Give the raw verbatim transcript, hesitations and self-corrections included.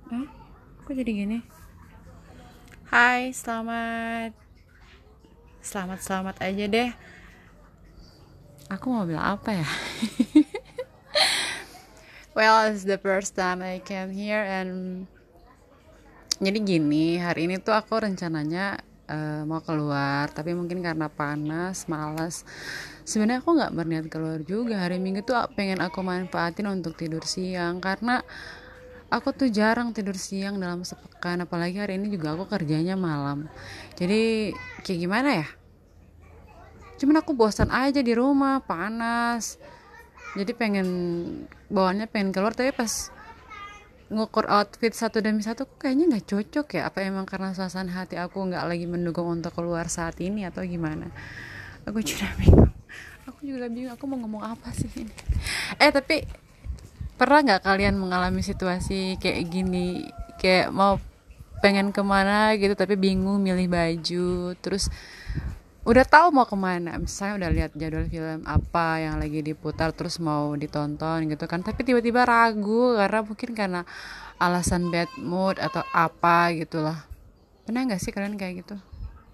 Hah? Kok jadi gini? Hai, selamat. Selamat selamat aja deh. Aku mau bilang apa ya? Well, it's the first time I came here and jadi gini, hari ini tuh aku rencananya eh, mau keluar, tapi mungkin karena panas, malas. Sebenarnya aku nggak berniat keluar juga. Hari Minggu tuh pengen aku manfaatin untuk tidur siang karena aku tuh jarang tidur siang dalam sepekan, apalagi hari ini juga aku kerjanya malam. Jadi kayak gimana ya? Cuman aku bosan aja di rumah, panas. Jadi pengen bawaannya pengen keluar, tapi pas ngukur outfit satu demi satu kayaknya nggak cocok ya. Apa emang karena suasana hati aku nggak lagi mendukung untuk keluar saat ini atau gimana? Aku juga bingung. Aku juga bingung. Aku mau ngomong apa sih ini? Eh tapi pernah nggak kalian mengalami situasi kayak gini? Kayak mau pengen kemana gitu tapi bingung milih baju, terus udah tahu mau kemana, misalnya udah lihat jadwal film apa yang lagi diputar terus mau ditonton gitu kan, tapi tiba-tiba ragu karena mungkin karena alasan bad mood atau apa gitulah. Pernah nggak sih kalian kayak gitu?